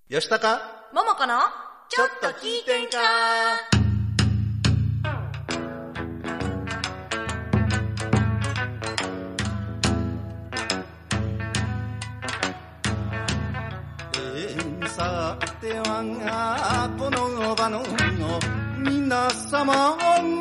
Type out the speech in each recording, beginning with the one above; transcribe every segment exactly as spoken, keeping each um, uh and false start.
よしたかももこのちょっと聞いてんか。 さてはこの場の皆様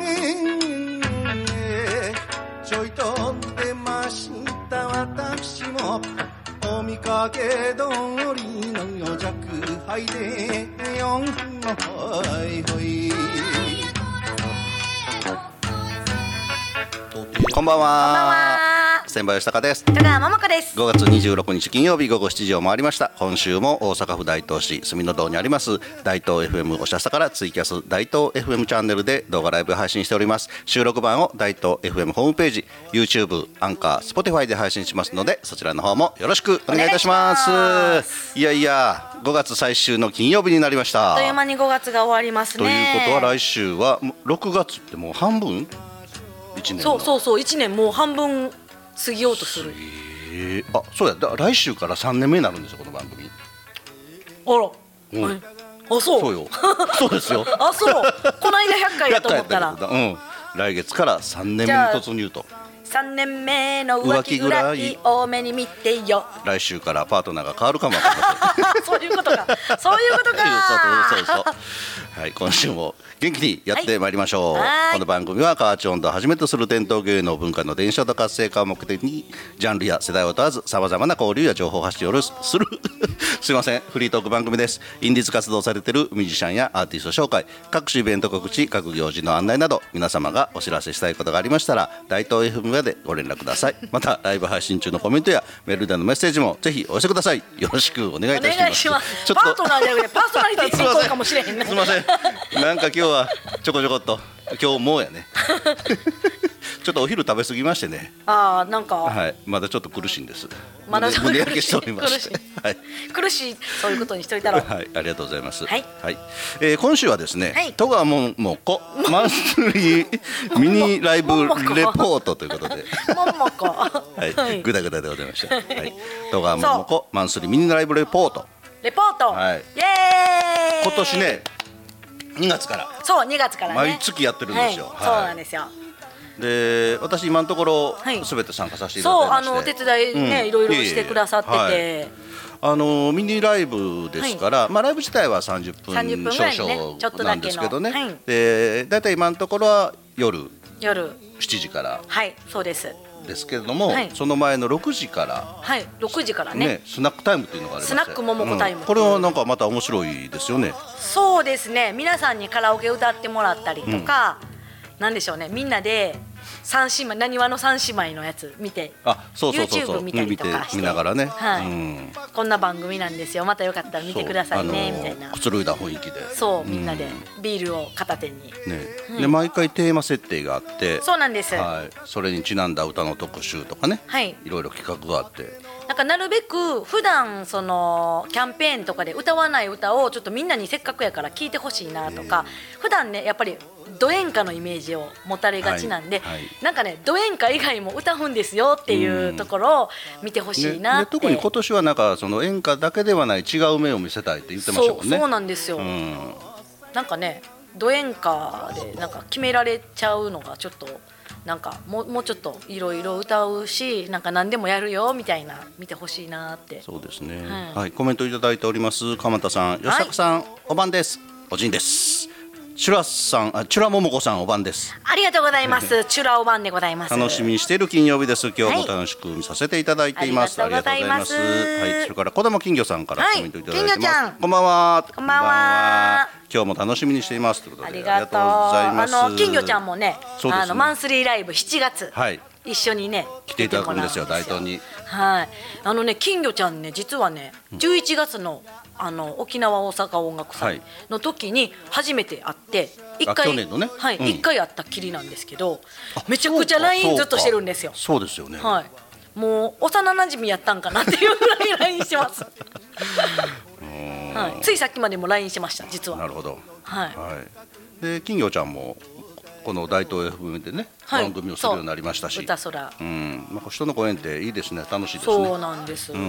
ちょいと出ました私もお見かけ通りの弱敗でよんほいほい。こんばんは。 こんばんは。 千葉吉高です。 戸川桃子です。 ごがつにじゅうろくにち金曜日午後しちじを回りました。今週も大阪府大東市住の堂にあります大東 エフエム おしゃさからツイキャス大東 エフエム チャンネルで動画ライブ配信しております。収録版を大東 エフエム ホームページ YouTube、アンカー、Spotify で配信しますので、そちらの方もよろしくお願いいたします。 お願いします。 いやいやごがつ最終の金曜日になりました。 あっという間にごがつが終わりますね。 ということは来週はろくがつってもう半分いちねんの。 そうそうそう、いちねんもう半分過ぎようとする。 えー、あ、そうやだ、来週からさんねんめになるんですよこの番組。 あら、 うんはい、あ、そうそうよそうですよあ、そうこの間ひゃっかいやと思ったらひゃっかいやったけどうん、来月からさんねんめに突入と。 さんねんめの浮気ぐらい多めに見てよ。 来週からパートナーが変わるかもわかりませんそういうことかそういうことかそうそうそうそうはい、今週も元気にやってまいりましょう。 はい、 この番組は河内音頭をはじめとする伝統芸能文化の伝承と活性化を目的にジャンルや世代を問わずさまざまな交流や情報発信をするすいませんフリートーク番組です。インディーズ活動されているミュージシャンやアーティスト紹介、各種イベント告知、各行事の案内など皆様がお知らせしたいことがありましたら大東 エフエム でご連絡ください。またライブ配信中のコメントやメールでのメッセージもぜひお寄せください。よろしくお願いいたします。 お願いします。 ちょっとパートナーじゃなくてパーソナリティ進行かもしれへんね。 すみませんなんか今日はちょこちょこっと今日もうやねちょっとお昼食べ過ぎましてね。 あー、なんか、 はい、まだちょっと苦しいんです。 まだちょっと胸焼けしておりまして苦しいはい、 苦しい、そういうことにしといたらはい、ありがとうございます。 はいはいえー、今週はですね、 はい、 戸川ももこマンスリーミニライブレポートということでももこはい、 はい、 ぐだぐだでございました。はい、戸川ももこマンスリーミニライブレポートレポート、 はい、 イエーイ。 今年ねにがつからそうにがつからね毎月やってるんですよ。 はい、そうなんですよ。 で私今のところはいすべて参加させていただいてまして、 そう、あのお手伝いね、 うんいろいろしてくださってて、 はいあのミニライブですから、はいまあ、ライブ自体はさんじゅっぷんさんじゅっぷんぐらいのねちょっとだけの少々なんですけどね、 はい、 でだいたい今のところは夜夜しちじからはいそうですですけれども、 はい、 その前のろくじからはいろくじから ね, ねスナックタイムっていうのがありまして、 スナックももこタイム、 うん、これはなんかまた面白いですよね。 そうですね、皆さんにカラオケ歌ってもらったりとか、うん、なんでしょうね、みんなで三姉妹、なにわの三姉妹のやつ見て、 あそうそうそうそう YouTube 見たりとかして、 見ながらね、 はい、うん、こんな番組なんですよ、またよかったら見てくださいね、みたいなくつろいだ雰囲気で、 そうみんなでビールを片手に、 ねうん、 で毎回テーマ設定があって、 そうなんです、 はい、それにちなんだ歌の特集とかね、はい、いろいろ企画があって、 なんかなるべく普段そのキャンペーンとかで歌わない歌をちょっとみんなにせっかくやから聴いてほしいなとか、普段ねやっぱりド演歌のイメージを持たれがちなんで、はいはい、なんかねド演歌以外も歌うんですよっていうところを見てほしいなって、 ねね、特に今年はなんかその演歌だけではない違う面を見せたいって言ってましたもんね。 そう、そうなんですよ、うん、なんかねド演歌でなんか決められちゃうのがちょっとなんかもう、もうちょっといろいろ歌うし、なんか何でもやるよみたいな見てほしいなって。 そうですね、 うん、 はい、コメントいただいております。鎌田さん、吉高さん、はい、おばんです。おじんです。チュラさん、あ、チュラももこさん、おばんです。 ありがとうございます。チュラおばんでございます。 楽しみにしている金曜日です。今日も楽しく見させていただいています。はい、ありがとうございます。はい、それから小玉金魚さんからコメントいただいてます。はい、金魚ちゃん、こんばんは。 こんばんは。 今日も楽しみにしていますということで、 ありがとうございます。あの金魚ちゃんもね、ねあのマンスリーライブしちがつ、はい、一緒にね来ていただくんですよ、大東に。 はい、あのね金魚ちゃんね、実はねじゅういちがつのあの沖縄大阪音楽祭の時に初めて会って一回、 ね、 はい、うん、一回会ったきりなんですけど、めちゃくちゃ ライン ずっとしてるんですよ。 そうですよね。 はい、もう幼馴染やったんかなっていうぐらい ライン してます。はい、ついさっきまでも ライン してました実は。 なるほど。 はい。 はい、で金魚ちゃんもこの大東 エフエム でね、 はい、 番組をするようになりましたし、 歌空、 うん、まあ、人のご縁っていいですね、楽しいですね。 そうなんです、 うん、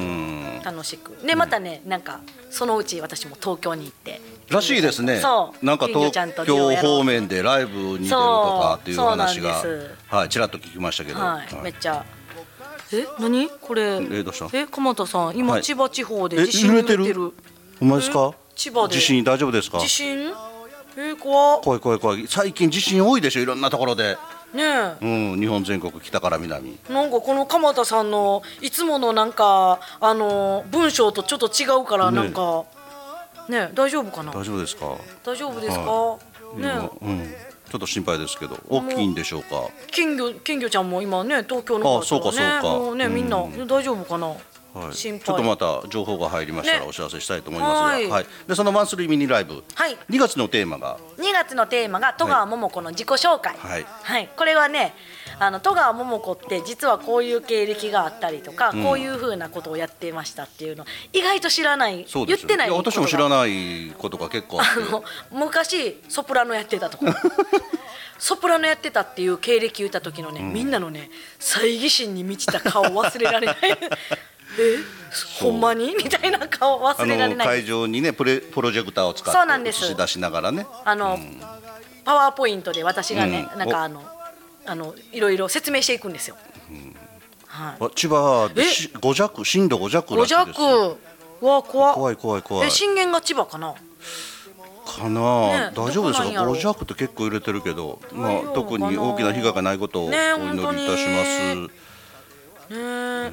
楽しくね、またね、なんかそのうち私も東京に行ってらしいですね。 そうなんか東京方面でライブに出るとかっていう話が、はい、ちらっと聞きましたけど、 はい、はい、めっちゃ。え、何これ。 え、どうした？ え、鎌田さん、今、はい、千葉地方で地震揺れてる。ほんまですか？ 千葉で地震大丈夫ですか？ 地震？えー、怖怖い怖い怖い。最近地震多いでしょ、いろんなところで。 ねえ、 うん、日本全国北から南。 なんかこの鎌田さんのいつものなんかあの文章とちょっと違うからなんかね、ね、大丈夫かな。 大丈夫ですか？ 大丈夫ですか？ はい、ね、 うん、ちょっと心配ですけど、大きいんでしょうか。 金魚金魚ちゃんも今ね、東京の方からね。あ、そうかそうか。 もうね、みんな、うん、大丈夫かな。 はい、ちょっとまた情報が入りましたらお知らせしたいと思いますが、ね、はいはい、でそのマンスリーミニライブ、はい、にがつのテーマがにがつのテーマが戸川桃子の自己紹介、はいはい、これはね、あの戸川桃子って実はこういう経歴があったりとか、うん、こういうふうなことをやってましたっていうの意外と知らない、言ってないことが、 私も知らないことが結構あって、 あの昔ソプラノやってたとかソプラノやってたっていう経歴言った時のね、うん、みんなのね猜疑心に満ちた顔忘れられないえ、ほんまにみたいな顔忘れられない。 会場にねプレプロジェクターを使って映し出しながらね、 あの、うん、パワーポイントで私がね、うん、なんかあのあのいろいろ説明していくんですよ、うん、 はい、千葉でご弱、震度ご弱らしいです。 ご弱、わ、怖い怖い怖い怖い。 え、震源が千葉かなかな、ね、大丈夫ですか？ご弱って結構揺れてるけど、まあ、特に大きな被害がないことをお祈りいたします。 ねえ、うん、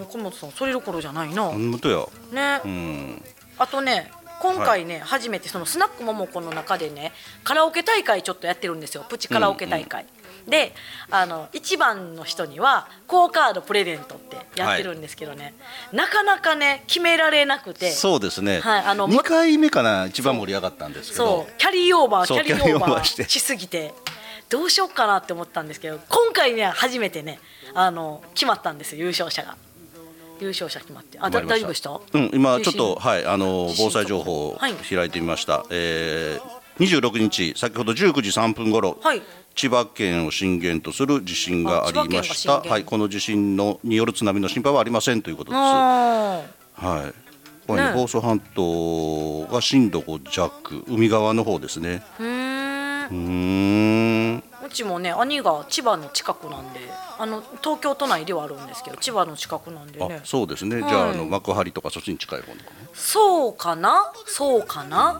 小本さんそれどころじゃないな。 本当やね、うん、あとね今回ね、はい、初めてそのスナックももこの中でねカラオケ大会ちょっとやってるんですよ、プチカラオケ大会、うんうん、であのいちばんの人にはクオカードプレゼントってやってるんですけどね、はい、なかなかね決められなくて。 そうですね、 はい、あのにかいめかな一番盛り上がったんですけど、 そうキャリーオーバーキャリーオーバーしすぎてどうしようかなって思ったんですけど、今回ね初めてねあの決まったんですよ、優勝者が。優勝者決まって、あ、だ大丈夫でした？ うん、今ちょっと、はい、あの防災情報を開いてみました、はい、えー、にじゅうろくにち先ほどじゅうくじさんぷんごろ、はい、千葉県を震源とする地震がありました。はい、この地震のによる津波の心配はありませんということです。はい、これ、ね、房総半島が震度ご弱、海側の方ですね。うーん、 うちもね兄が千葉の近くなんで、あの東京都内ではあるんですけど千葉の近くなんでね。 あ、そうですね、はい、じゃあ、あの幕張とかそっちに近い方かな。 そうかなそうかな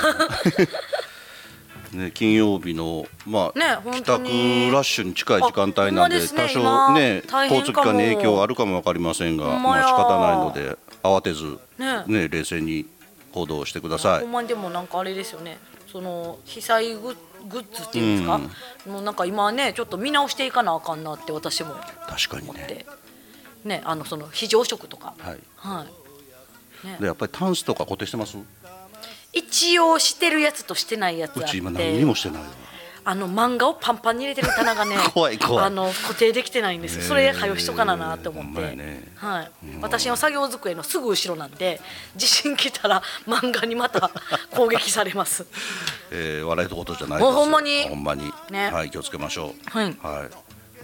ね、金曜日の、まあね、帰宅ラッシュに近い時間帯なんで、 ね、 多少ね交通機関に影響あるかも分かりませんが、まあ仕方ないので慌てず、ねね、冷静に行動してください。 ほんまにでもなんかあれですよね、その被災グッグッズっていうんですか、うん、もうなんか今ねちょっと見直していかなあかんなって私も思って。 確かにね、 ね、あのその非常食とか、はいはいね、でやっぱりタンスとか固定してます？ 一応してるやつとしてないやつあって、 うち今何にもしてないわ。 あの漫画をパンパンに入れてる棚がね怖い怖い、 あの固定できてないんですよ。それはよしとかななって思って、ね、はい、私の作業机のすぐ後ろなんで地震来たら漫画にまた攻撃されます、 えー、笑いとことじゃないですよ。 ほんまにほんまに、ね、はい、気をつけましょう。はい、はい、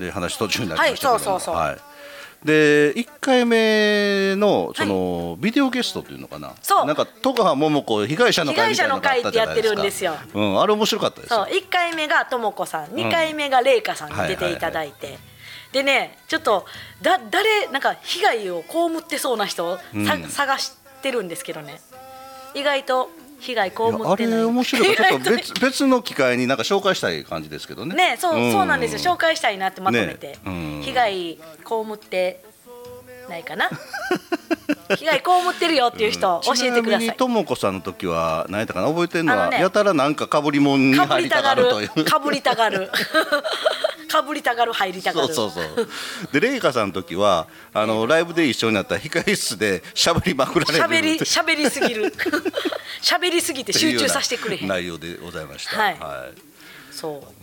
で話途中になりましたけども、はい、そうそうそう、はい、でいっかいめ の, その、はい、ビデオゲストというのかな、そうなんか戸川桃子被害者の会みたいなのがあったじゃないですか。被害者の会ってやってるんですよ、うん、あれ面白かったですよ。そう、いっかいめが智子さん、にかいめが玲香さんに出ていただいて、でねちょっとだ誰なんか被害を被ってそうな人を、うん、探してるんですけどね、意外と被害被ってない。あれ面白い、ちょっと 別, 別の機会になんか紹介したい感じですけどね。ね、そう、うん、そうなんですよ、紹介したいなってまとめて、ね、うん、被害被ってないかな被害被ってるよっていう人教えてください。ちなみに智子さんの時は何やったかな、覚えてるのは、ね、やたらなんかかぶりもんに入りたがるというかぶりたがるかぶりたがる入りたがる。そうそうそうでレイカさんの時はあのライブで一緒になった控え室でしゃべりまくられる、しゃべりしゃべりすぎるしゃべりすぎて集中させてくれへん内容でございました。はい、はい、そう、うん、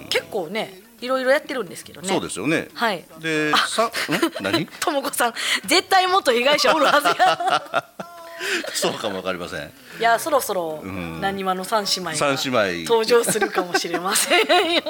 結構ねいろいろやってるんですけどね。そうですよね。はい。で、さ、ん、何？ともこさん、絶対元被害者おるはずや。 そうかもわかりません。 いやそろそろなにわの三姉妹が三姉妹登場するかもしれませんよ。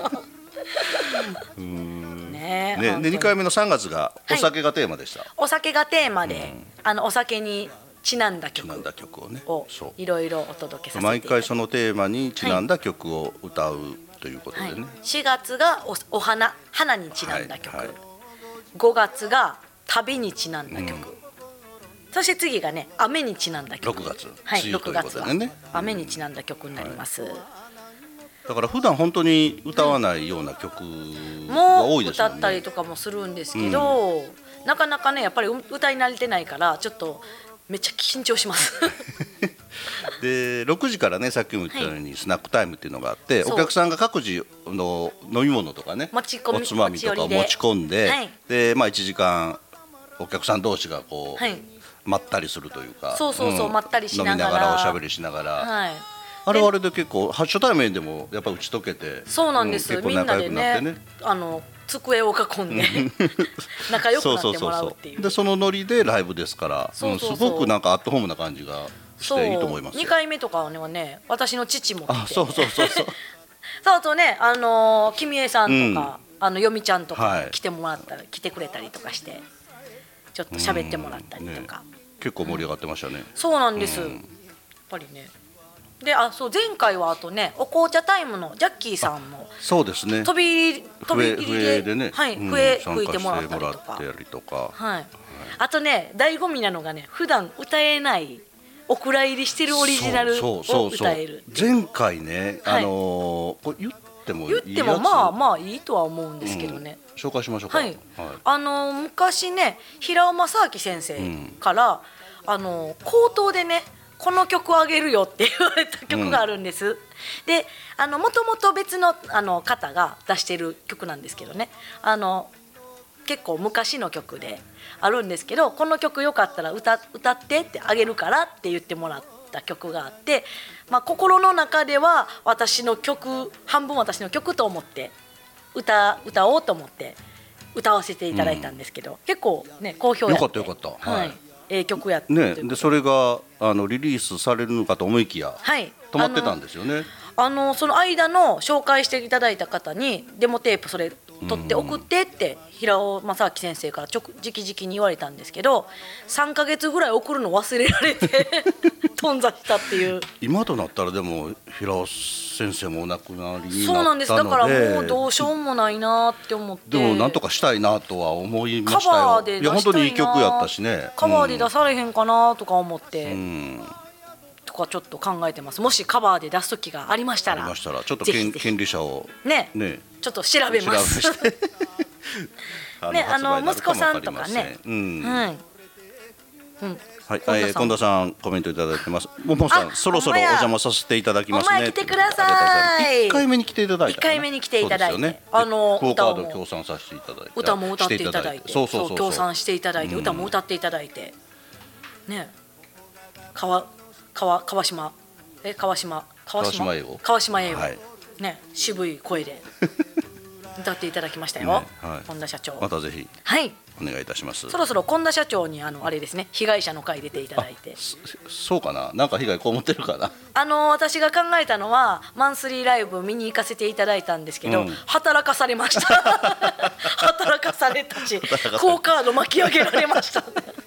うんねねでにかいめのさんがつがお酒がテーマでした、はい、 お酒がテーマで、うん、あのお酒にちなんだ曲をねいろいろお届けさせていただいて、 毎回そのテーマにちなんだ曲を歌うということでね、はい、 しがつが お, お花花にちなんだ曲、はいはい、ごがつが旅にちなんだ曲、うん、そして次がね雨にちなんだ曲、 ろくがつ、 はい、ろくがつは、ね、雨にちなんだ曲になります、うんはい、 だから普段本当に歌わないような曲が多いですよね、 もう歌ったりとかもするんですけど、うん、なかなかねやっぱり歌い慣れてないからちょっとめっちゃ緊張しますでろくじからねさっきも言ったようにスナックタイムっていうのがあって、はい、お客さんが各自の飲み物とかねおつまみとかを持ち込んで、はい、でまあ、いちじかんお客さん同士がこう、はい、まったりするというかそうそうそう、うん、まったりしながら飲みながらおしゃべりしながら、はい、あれはあれで結構初対面でもやっぱ打ち解けてそうなんです、うん、結構仲良くなってね、みんなでねあの机を囲んで仲良くなってもらうっていうでそのノリでライブですからそうそうそう、うん、すごくなんかアットホームな感じがしていいと思いますよ。 にかいめとかはね私の父も来てあそうそうそうそうそうとねあのー、君江さんとか、うん、あのよみちゃんとか来てもらったら、はい、来てくれたりとかしてちょっと喋ってもらったりとか、 ね、結構盛り上がってましたね、 うん、そうなんです、うん、やっぱりねであそう前回はあとねお紅茶タイムのジャッキーさんもそうですね飛び飛び入りででね、 はい、笛吹いてもらったりとか、 とかはい、あとね醍醐味なのがね普段歌えないお蔵入りしてるオリジナルを歌える。 前回ね、はい、あのー、これ言ってもいいやつ言ってもまあまあいいとは思うんですけどね、 うん、紹介しましょうか、 はいはい、あのー、昔ね平尾正明先生から、うん、あのー、口頭でねこの曲をあげるよって言われた曲があるんです、うん、であのもともと別の、あの方が出してる曲なんですけどねあの結構昔の曲であるんですけどこの曲よかったら 歌, 歌ってってあげるからって言ってもらった曲があって、まあ、心の中では私の曲半分私の曲と思って 歌, 歌おうと思って歌わせていただいたんですけど、うん、結構ね好評やってよかったよかった、はい、 ええ曲やってね、でそれがあのリリースされるのかと思いきや、はい、止まってたんですよね。 あのその間の紹介していただいた方にデモテープそれ取って送ってって平尾正明先生から直々に言われたんですけどさんかげつぐらい送るの忘れられて頓挫したっていう。 今となったらでも平尾先生もお亡くなりになったのでそうなんです。だからもうどうしようもないなって思ってでもなんとかしたいなとは思いましたよ。 カバーで出したいな。 いや本当にいい曲やったしねカバーで出されへんかなとか思って、うんとかちょっと考えてます。もしカバーで出す時がありましたらありましたらちょっと権利者をね, ねちょっと調べますね、あの息子さんとかね、うんはいうんはい、えー、近田さんコメントいただいてます。ももさんそろそろお邪魔させていただきますね。 お前来てください。 いっかいめに来ていただいた、 ね、いっかいめに来ていただいて、ね、 あのクオカード協賛させていただいて歌も歌っていただいてそうそうそうそう協賛していただいて、うん、歌も歌っていただいてね川川川島え川島川島英語川島英語、はい、ね渋い声で歌っていただきましたよ、ねはい、近田社長またぜひ、 はい、 お願いいたします。 そろそろ近田社長にあのあれですね被害者の会出ていただいてそ, そうかななんか被害被ってるかなあの私が考えたのはマンスリーライブ見に行かせていただいたんですけど、うん、働かされました働かされたしクオカード巻き上げられました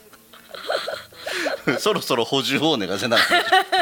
そろそろ補充をお願いせなきゃ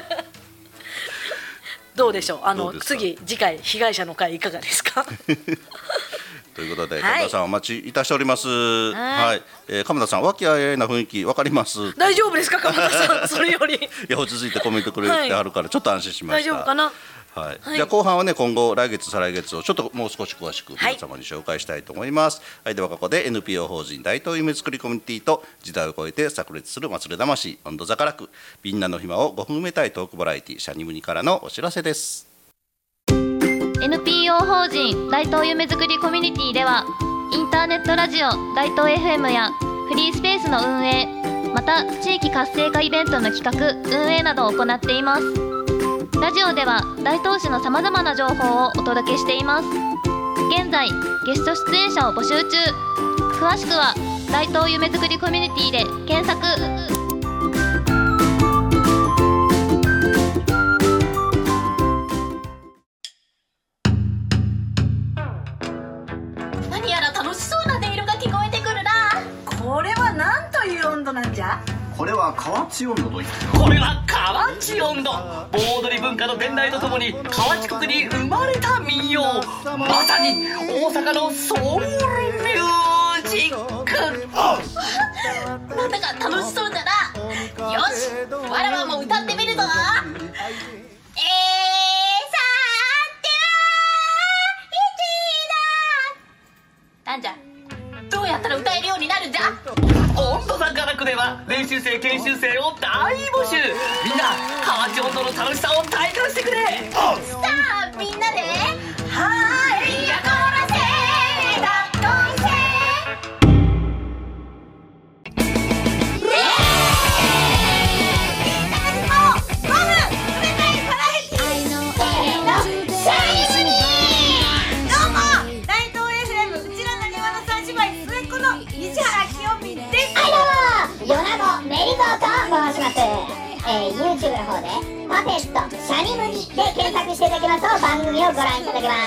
どうでしょうあの次次回被害者の会いかがですかということで神田さんお待ちいたしております。はい、はい、えー、鎌田さん和気あいあいな雰囲気わかります。 大丈夫ですか鎌田さんそれよりいや落ち着いてコメントくれてあるからちょっと安心しました。 大丈夫かな。 はいはい、じゃあ後半はね今後来月再来月をちょっともう少し詳しく皆様に紹介したいと思います。はい、はい、ではここで エヌピーオー 法人大東夢作りコミュニティと時代を超えて炸裂する祭り魂温度座からくみんなの暇をごふん埋めたいトークバラエティシャニムニからのお知らせです。 エヌピーオー 法人大東夢作りコミュニティではインターネットラジオ大東 エフエム やフリースペースの運営また地域活性化イベントの企画運営などを行っています。ラジオでは大東市のさまざまな情報をお届けしています。現在ゲスト出演者を募集中。詳しくは大東夢作りコミュニティで検索。 チ温度といってこれは河内音頭。盆踊り文化の伝来とともに河内国に生まれた民謡、まさに大阪のソウルミュージック。 なんだか楽しそうだな。よし、わらわも歌ってみるぞ。えー、さーてはなんじゃ、どうやったら歌えるようになるんじゃ。 音頭さんからくでは練習生研修生を大募集。みんな河内音頭の楽しさを体感してくれ。 さあみんなではーいやこらせだっこいせ。 えー、YouTube の方でパペットシャニムニで検索していただきますと番組をご覧いただけます。コメント待って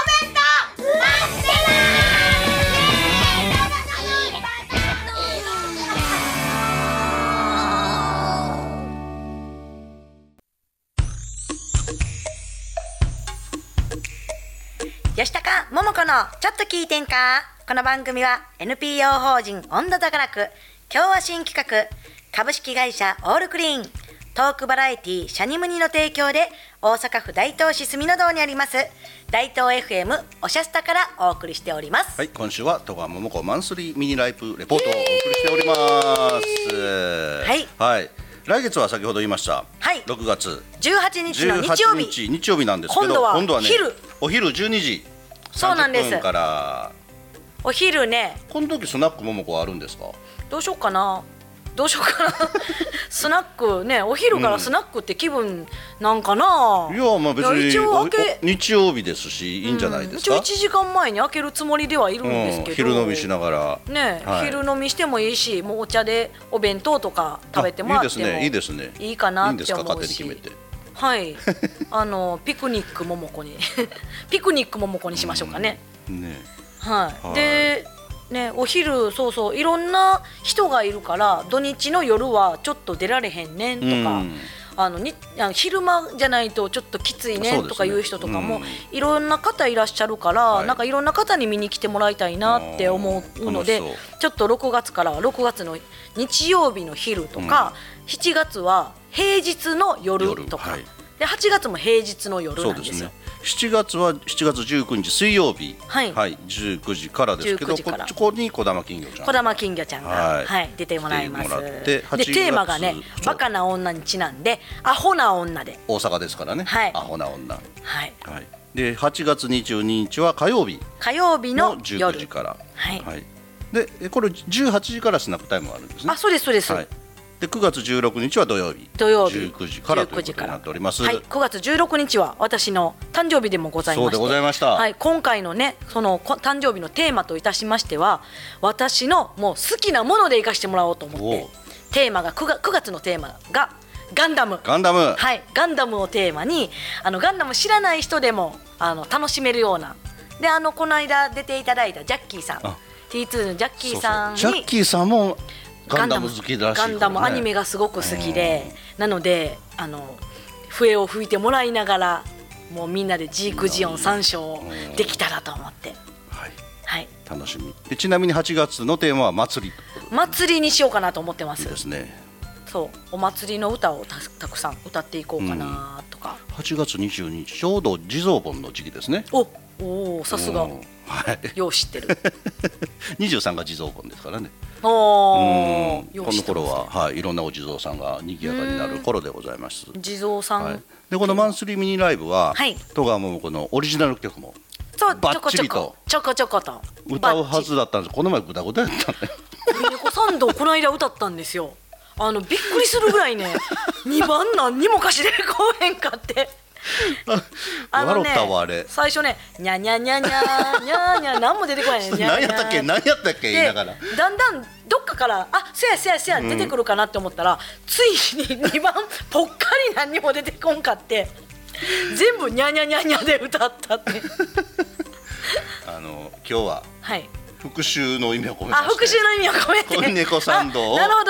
ます。吉高桃子のちょっと聞いてんか。この番組は エヌピーオー 法人温度宝区、今日は新企画株式会社オールクリーン、トークバラエティシャニムニの提供で大阪府大東市住の堂にあります大東 エフエム おしゃスタからお送りしております。 はい、今週は戸川桃子マンスリーミニライブレポートをお送りしております。 はい、 はい、来月は先ほど言いました、 はい、 ろくがつじゅうはちにちの日曜日、 じゅうはちにち日曜日なんですけど、 今度は今度はね昼お昼じゅうにじそうなんです。 さんじゅっぷんからお昼ね。 この時スナック桃子はあるんですか。 どうしようかなどうしようかなスナックね、お昼からスナックって気分なんかな、 うん、いやまあ別に一応開け日曜日ですしいいんじゃないですか、 うん、一応いちじかんまえに開けるつもりではいるんですけど、 うん、昼飲みしながらね、 はい、 昼飲みしてもいいし、もうお茶でお弁当とか食べてもらってもいいですね、いいですね、 いいかなって思うし、 いいんですか勝手に決めて。 はいあのピクニック桃子にピクニック桃子にしましょうかね、 うん、ねはい、 はい、でね、お昼そうそういろんな人がいるから土日の夜はちょっと出られへんねんとか、うん、あのにあの昼間じゃないとちょっときついねんとかいう人とかも、ね、うん、いろんな方いらっしゃるから、はい、なんかいろんな方に見に来てもらいたいなって思うので、ちょっとろくがつからはろくがつの日曜日の昼とか、うん、しちがつは平日の夜とか、はい、ではちがつも平日の夜なんですよ。 そうですね、しちがつはしちがつじゅうくにち水曜日、 はいはい、 じゅうくじからですけど、ここに児玉金魚ちゃん児玉金魚ちゃんが、はいはい、出てもらいます。でテーマがねバカな女にちなんでアホな女で、 大阪ですからね、はい、アホな女、 はいはい、ではちがつにじゅうににちは火曜日火曜日のじゅうくじから、 はいはい、でこれじゅうはちじからスナックタイムがあるんですね。 あ、そうですそうです、はい、 でくがつじゅうろくにちは土曜日土曜日じゅうくじからということになっております。 はい、くがつじゅうろくにちは私の誕生日でもございまして、 そうでございました、 はい、今回のねその誕生日のテーマといたしましては、私のもう好きなもので生かしてもらおうと思って、テーマが 9, がくがつのテーマがガンダムガンダム、 はい、ガンダムをテーマに、あのガンダム知らない人でもあの楽しめるようなで、あのこの間出ていただいたジャッキーさん ティーツー のジャッキーさんに、 そうそうジャッキーさんもガンダム好きらしい、ね、 ガンダムアニメがすごく好きで、なのであの笛を吹いてもらいながらもうみんなでジークジオンさん章できたらと思って、 はいはい、 楽しみで。ちなみにはちがつのテーマは祭り祭りにしようかなと思ってます。 いいですね。 そうお祭りの歌を た, たくさん歌っていこうかなとか、 うん、はちがつにじゅうににちちょうど地蔵盆の時期ですね。 おおさすが、はい、よう知ってるにじゅうさんが地蔵盆ですからね。 おうんこの頃は、はい、いろんなお地蔵さんが賑やかになる頃でございます。 地蔵さん、はい、 でこのマンスリーミニライブは、 はい、 戸川桃子のオリジナル曲もそうバッチリとちょこちょこと歌うはずだったんです。この前グダグダやったんだよ。 鳥猫参道この間歌ったんですよ。あのびっくりするぐらいねにばん何にも歌詞出てこへんかってあのね、あれ最初ねにゃにゃにゃにゃにゃにゃ何も出てこないね。 何やったっけ何やったっけ言いながらだんだんどっかからあせやせやせや出てくるかなって思ったら、うん、ついににばんぽっかり何にも出てこんかって全部にゃにゃにゃにゃで歌ったってあの今日は、 はい、 復讐の意味を込めまして、 あ復讐の意味を込めて鳥猫参道をなるほど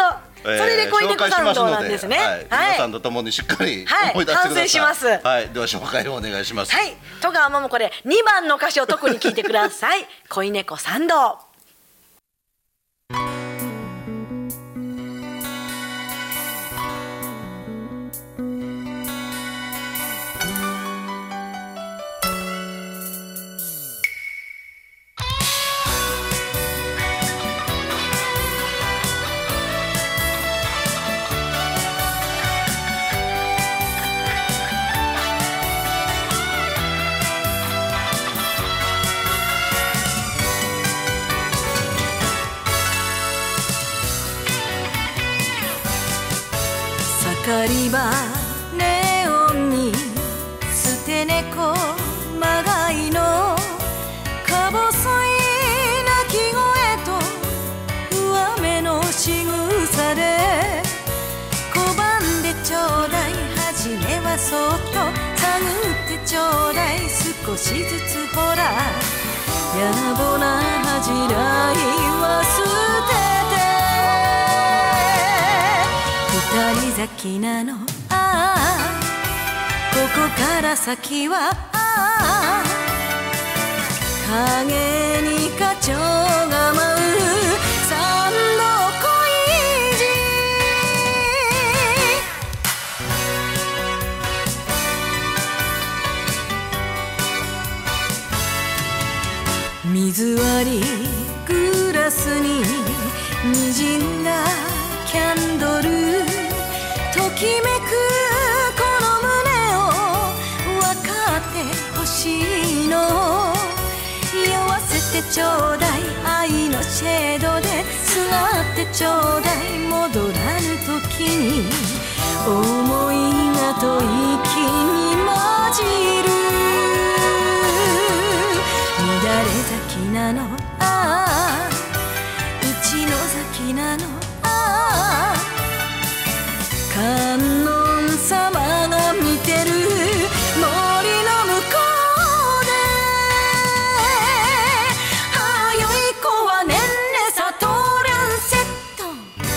えーそれで恋猫参道なんですね。 紹介しますので、はい、 はい皆さんと共にしっかりはい思い出してください。 反省します。 はい、では紹介をお願いします。 はい、戸川桃子でにばんの歌詞を特に聞いてください。恋猫参道。 明かり場ネオンに捨て猫まがいのか細い鳴き声と上目の仕草で拒んでちょうだい初めはそっと探ってちょうだい少しずつほらやぼな恥じらいは捨てて二人咲きなのああここから先はああ影に花鳥が舞う三度恋路水割りグラスに滲んだキャンドルときめくこの胸を分かってほしいの酔わせてちょうだい愛のシェードですがってちょうだい戻らぬ時に思いがと息に混じる乱れ咲きなのああうちの咲きなのああ観音様が見てる森の向こうであよい子はねんねさとりゃんセット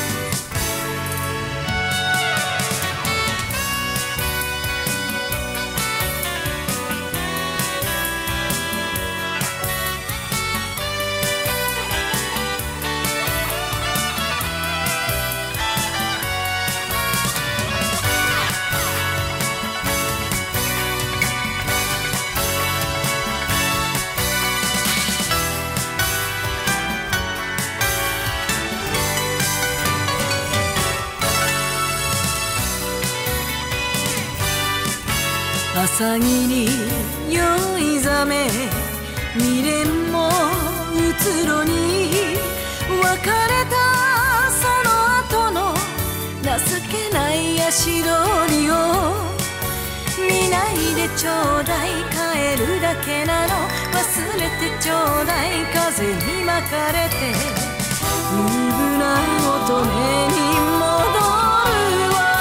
朝霧酔いざめ未練もうつろに別れたその後の情けない足取りを見ないでちょうだい帰るだけなの忘れてちょうだい風に巻かれて無ぶな乙女に戻るわ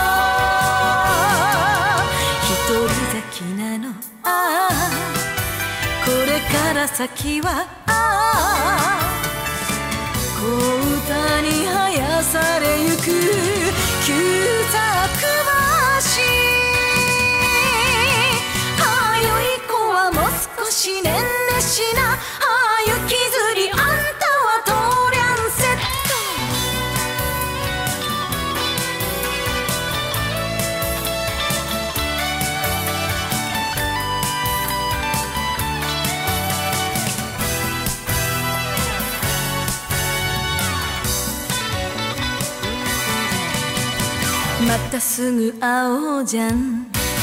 一人咲きなのああこれから先はああ小歌に生やされゆく旧作橋ああよい子はもう少しねんねしなああ雪吊りあんたはとりゃんセットまたすぐ会おうじゃん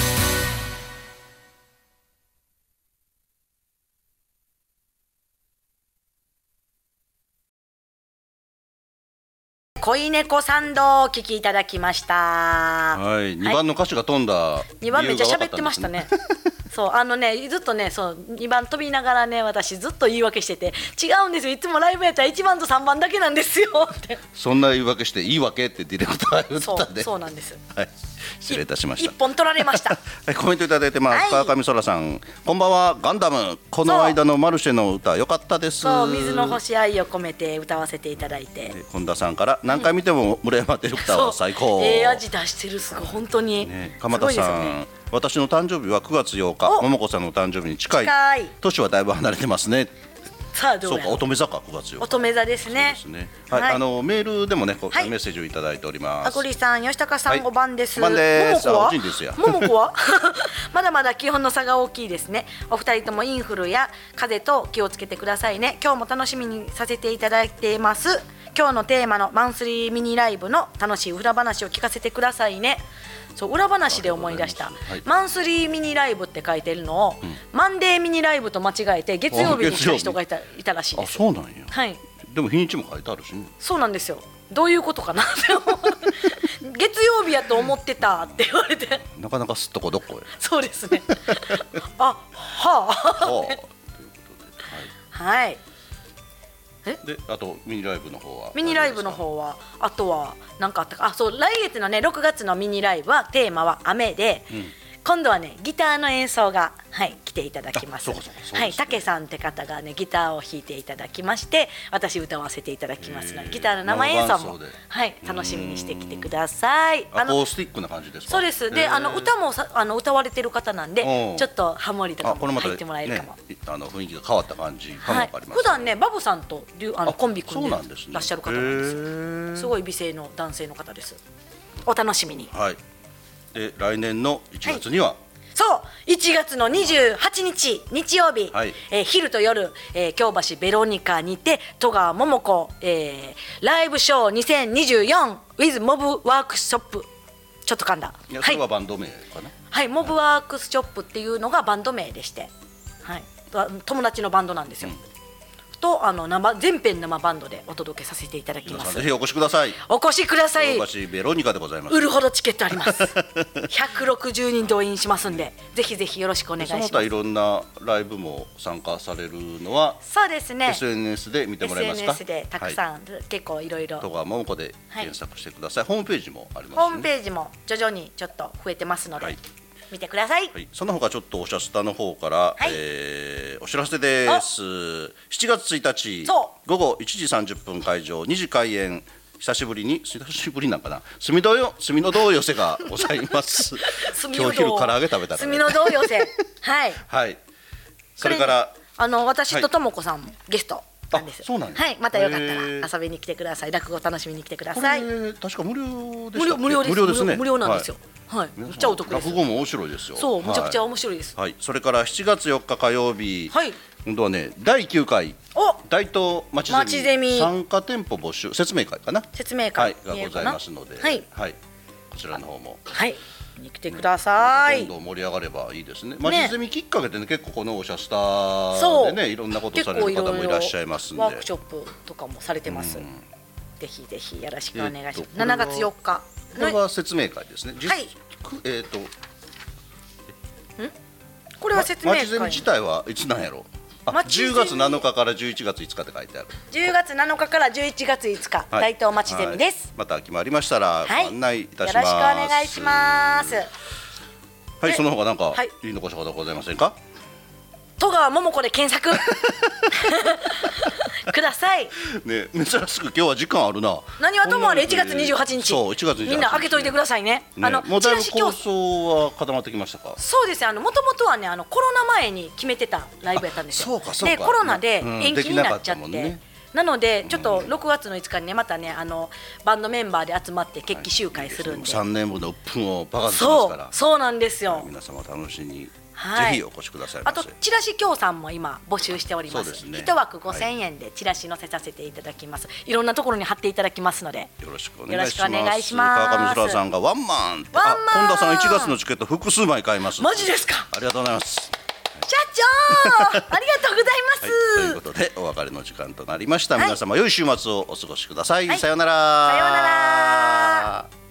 恋猫参道をお聞きいただきました。 はい、にばんの歌詞が飛んだにばんめっちゃ喋ってましたね。そうあのねずっとねそうにばん飛びながらね私ずっと言い訳してて違うんですよいつもライブやったらいちばんとさんばんだけなんですよってそんな言い訳していいわけってディレクターが言ってたんでそうそうなんです、 はい失礼いたしました。 一本取られました。 はい、コメントいただいてます、 はい、 川上空さん、こんばんは。ガンダムこの間のマルシェの歌良かったです。 そう、水の星愛を込めて歌わせていただいて、 本田さんから何回見ても村山ディレクターは最高。 ええ味出してる、すごい本当に、 ね、鎌田さん、ね、私の誕生日はくがつようか、桃子さんの誕生日に近い。 近い。 年はだいぶ離れてますね。 さあどうや。 そうか、乙女座か、くがつようか。 乙女座ですね。 そうですね。はい、はい、あのメールでもね、こう、はい、メッセージをいただいております。 あこりさん、吉高さん、ごばんです。 ごばんです。 桃子は？ あ、おじんですや。 桃子は？まだまだ気温の差が大きいですね。お二人ともインフルや風邪と気をつけてくださいね。今日も楽しみにさせていただいています。今日のテーマのマンスリーミニライブの楽しい裏話を聞かせてくださいね。そう、裏話で思い出した、はい、マンスリーミニライブって書いてるのを、うん、マンデーミニライブと間違えて月曜日にした人がいた、いたらしいです。 あ、そうなんや。 はい。 でも日にちも書いてあるしね。そうなんですよ。どういうことかなって思う。月曜日やと思ってたって言われて、 なかなかすっとこどっこへ。 そうですね。あ、はあ。はあ、はい。 で、あとミニライブの方はミニライブの方はあとは何かあったか。あ、そう、来月のねろくがつのミニライブはテーマは雨で、うん、今度はねギターの演奏が、はい、来ていただきます。はい、竹さんって方がねギターを弾いていただきまして、私歌わせていただきますので、ギターの生演奏も、はい、楽しみにしてきてください。 アコースティックな感じですか？ そうです。で、あの歌もさあの歌われてる方なんで、ちょっとハモリとかも入ってもらえるかも。 ね、あの雰囲気が変わった感じかもわかります、ね。 はい、普段ねバブさんとあのコンビ組んでらっしゃる方なんです。 す、 すごい美声の男性の方です。お楽しみに。 はい。で、来年のいちがつには、はい、 そういちがつのにじゅうはちにち日曜日、はい、えー、昼と夜、えー、京橋ベロニカにて戸川桃子、えー、ライブショーにせんにじゅうよん with モブワークショップ、ちょっと噛んだ。 いや、それはバンド名かな。 はい、モブワークショップっていうのがバンド名でして、はい、友達のバンドなんですよ。うん、とあの生全編生バンドでお届けさせていただきます。 ぜひお越しください。 お越しください。 京橋ベロニカでございます。 売るほどチケットあります。ひゃくろくじゅうにん動員しますんで、ぜひぜひよろしくお願いします。 その他いろんなライブも参加されるのは、 そうですね、 エスエヌエス で見てもらえますか？ エスエヌエス でたくさん、はい、結構いろいろ戸川桃子で検索してください。はい、ホームページもあります、ね、 ホームページも徐々にちょっと増えてますので、はい、見てください。 はい、その他ちょっとおしゃスタの方から、はい、えー、お知らせです。しちがつついたち午後いちじさんじゅっぷん会場、にじ開演。久しぶりに久しぶりなんかな、住戸よ住の堂寄せがございます。今日昼唐揚げ食べたから、ね、 住の堂寄せはい、 はい、それからあの私とともこさんもゲストなんです。 そうなんです。 はい、またよかったら遊びに来てください。落語楽しみに来てください。 確か無料でしたっけ？ 無料無料です。 無料ですね。 無料なんですよ。はい。めっちゃお得です。 落語も面白いですよ。 そう、めちゃくちゃ面白いです。 はい。それからしちがつよっか火曜日、 はい。 今度はねだいきゅうかい大東町ゼミ参加店舗募集説明会かな。 説明会がございますので、はいはい、こちらの方もはいに来てください。 どんどん盛り上がればいいですね。町ゼミきっかけでね、結構このおしゃスタでねいろんなことされる方もいらっしゃいますんで、 ワークショップとかもされてます。ぜひぜひよろしくお願いします。しちがつよっかこれは説明会ですね。 はい。 えっとこれは説明会。 町ゼミ自体はいつなんやろ。じゅうがつなのかからじゅういちがついつかって書いてある。 じゅうがつなのかからじゅういちがついつか、はい、大東町ゼミです。 また決まりましたらご案内いたします。 よろしくお願いします。 はい、その他なんか言い残したことはございませんか？ 戸川桃子で検索ください。 ね、珍しく今日は時間あるな。 何はともあれいちがつにじゅうはちにち。 そう、いちがつにじゅうはちにち。 みんな開けといてくださいね。 あのもうだいぶ構想は固まってきましたか？ そうですね。あの元々はね、あのコロナ前に決めてたライブやったんですよ。 そうかそうか。 でコロナで延期になっちゃって。なのでちょっとろくがつのいつかにねまたねあのバンドメンバーで集まって決起集会するんで。 さんねんぶんの鬱憤を爆発しますから。 そうそうなんですよ。 皆様楽しみに。 はい、 ぜひお越しくださいませ。 あとチラシ協賛も今募集しております。そうですね、いち枠ごせんえんでチラシ載せさせていただきます、はい、いろんなところに貼っていただきますのでよろしくお願いします。川上空さんがワンマン、 ワンマン、 本田さんいちがつのチケット複数枚買います。 マジですか？ ありがとうございます。 社長ありがとうございます、はい、 ということでお別れの時間となりました、はい、皆様良い週末をお過ごしください、はい、さようなら。 さようなら。